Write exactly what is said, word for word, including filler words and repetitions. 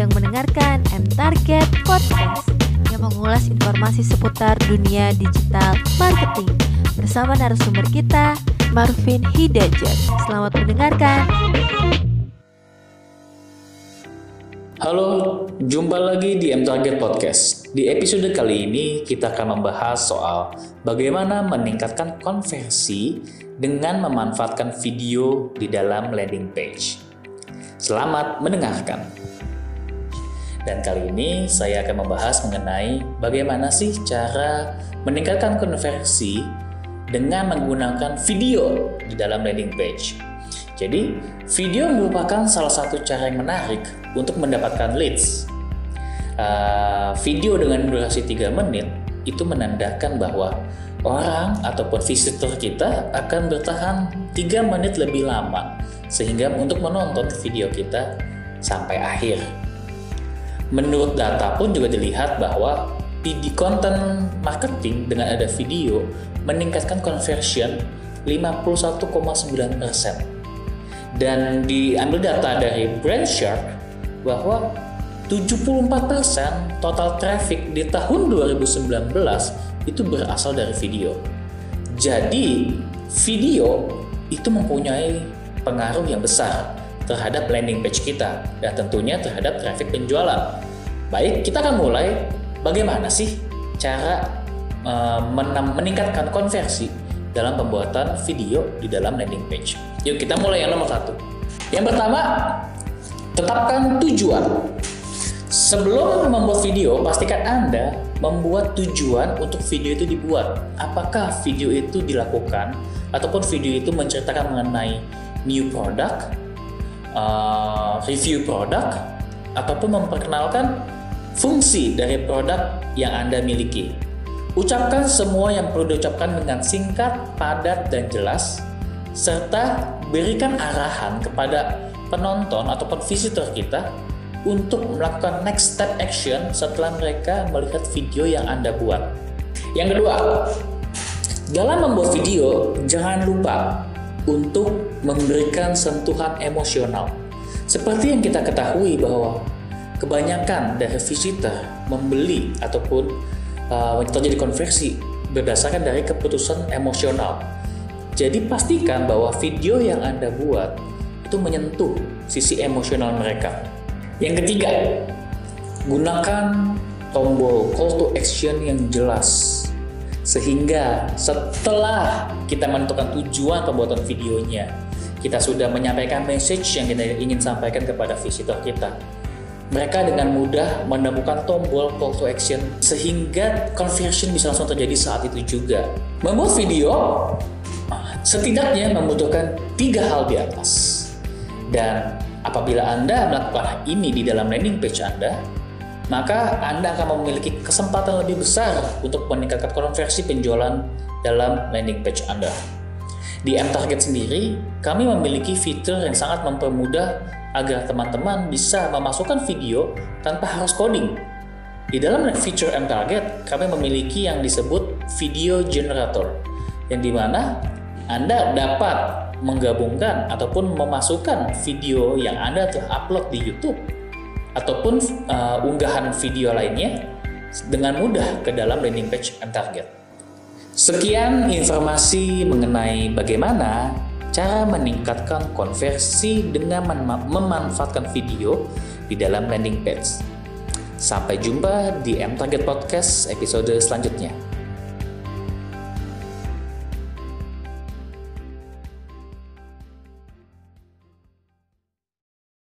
sedang mendengarkan M-Target Podcast yang mengulas informasi seputar dunia digital marketing bersama narasumber kita, Marvin Hidayat. Selamat mendengarkan. Halo, jumpa lagi di M-Target Podcast. Di episode kali ini kita akan membahas soal bagaimana meningkatkan konversi dengan memanfaatkan video di dalam landing page. Selamat mendengarkan. Dan kali ini saya akan membahas mengenai bagaimana sih cara meningkatkan konversi dengan menggunakan video di dalam landing page. Jadi, video merupakan salah satu cara yang menarik untuk mendapatkan leads. Uh, video dengan durasi tiga menit itu menandakan bahwa orang ataupun visitor kita akan bertahan tiga menit lebih lama sehingga untuk menonton video kita sampai akhir. Menurut data pun juga dilihat bahwa di konten marketing dengan ada video meningkatkan conversion lima puluh satu koma sembilan persen. Dan diambil data dari Brandshark bahwa tujuh puluh empat persen total traffic di tahun dua ribu sembilan belas itu berasal dari video. Jadi, video itu mempunyai pengaruh yang besar terhadap landing page kita dan tentunya terhadap traffic penjualan. Baik, kita akan mulai bagaimana sih cara uh, meningkatkan konversi dalam pembuatan video di dalam landing page. Yuk kita mulai yang nomor satu. Yang pertama, tetapkan tujuan. Sebelum membuat video, pastikan Anda membuat tujuan untuk video itu dibuat. Apakah video itu dilakukan ataupun video itu menceritakan mengenai new product, uh, review produk, ataupun memperkenalkan fungsi dari produk yang Anda miliki. Ucapkan semua yang perlu diucapkan dengan singkat, padat, dan jelas, serta berikan arahan kepada penonton ataupun visitor kita untuk melakukan next step action setelah mereka melihat video yang Anda buat. Yang kedua, dalam membuat video, jangan lupa untuk memberikan sentuhan emosional. Seperti yang kita ketahui bahwa kebanyakan dari visitor membeli ataupun Uh, terjadi konversi berdasarkan dari keputusan emosional. Jadi pastikan bahwa video yang Anda buat itu menyentuh sisi emosional mereka. Yang ketiga, gunakan tombol call to action yang jelas sehingga setelah kita menentukan tujuan pembuatan videonya, kita sudah menyampaikan message yang kita ingin sampaikan kepada visitor kita. Mereka dengan mudah menemukan tombol call to action sehingga conversion bisa langsung terjadi saat itu juga. Membuat video setidaknya membutuhkan tiga hal di atas. Dan apabila Anda melakukan ini di dalam landing page Anda, maka Anda akan memiliki kesempatan lebih besar untuk meningkatkan konversi penjualan dalam landing page Anda. Di M-Target sendiri, kami memiliki fitur yang sangat mempermudah agar teman-teman bisa memasukkan video tanpa harus coding. Di dalam fitur M-Target, kami memiliki yang disebut Video Generator, yang dimana Anda dapat menggabungkan ataupun memasukkan video yang Anda terupload di YouTube ataupun uh, unggahan video lainnya dengan mudah ke dalam landing page M-Target. Sekian informasi mengenai bagaimana cara meningkatkan konversi dengan mem- memanfaatkan video di dalam landing page. Sampai jumpa di M-Target Podcast episode selanjutnya.